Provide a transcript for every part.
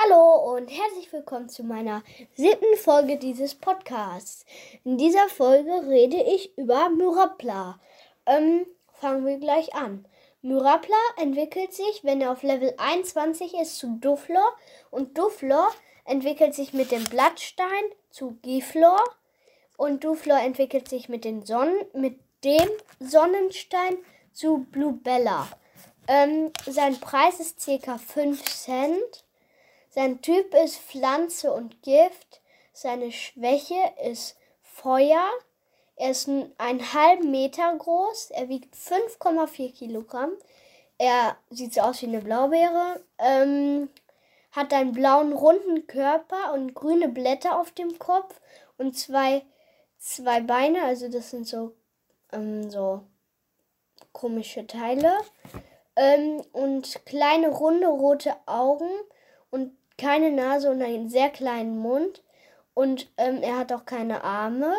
Hallo und herzlich willkommen zu meiner 7. Folge dieses Podcasts. In dieser Folge rede ich über Myrapla. Fangen wir gleich an. Myrapla entwickelt sich, wenn er auf Level 21 ist, zu Duflor und Duflor entwickelt sich mit dem Blattstein zu Giflor und Duflor entwickelt sich mit dem Sonnenstein zu Blubella. Sein Preis ist ca. 5 Cent. Sein Typ ist Pflanze und Gift. Seine Schwäche ist Feuer. Er ist 1,5 Meter groß. Er wiegt 5,4 Kilogramm. Er sieht so aus wie eine Blaubeere. Hat einen blauen, runden Körper und grüne Blätter auf dem Kopf und zwei Beine. Also das sind so komische Teile. Und kleine, runde, rote Augen und keine Nase und einen sehr kleinen Mund. Und er hat auch keine Arme.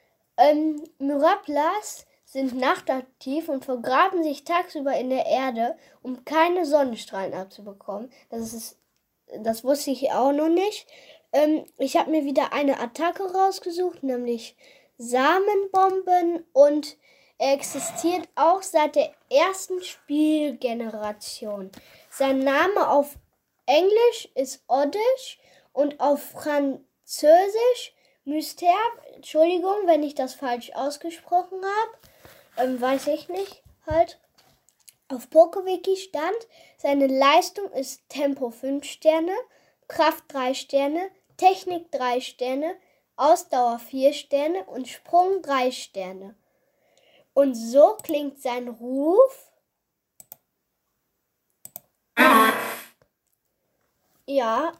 Myraplas sind nachtaktiv und vergraben sich tagsüber in der Erde, um keine Sonnenstrahlen abzubekommen. Das wusste ich auch noch nicht. Ich habe mir wieder eine Attacke rausgesucht, nämlich Samenbomben, und er existiert auch seit der ersten Spielgeneration. Sein Name auf Englisch ist Oddish und auf Französisch Mystère. Entschuldigung, wenn ich das falsch ausgesprochen habe. Weiß ich nicht halt. Auf PokeWiki stand, seine Leistung ist Tempo 5 Sterne, Kraft 3 Sterne, Technik 3 Sterne, Ausdauer 4 Sterne und Sprung 3 Sterne. Und so klingt sein Ruf. Ja,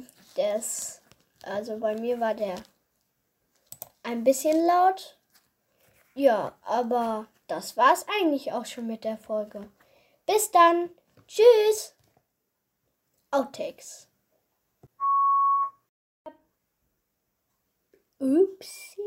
also bei mir war der ein bisschen laut. Ja, aber das war's eigentlich auch schon mit der Folge. Bis dann. Tschüss. Outtakes. Upsi.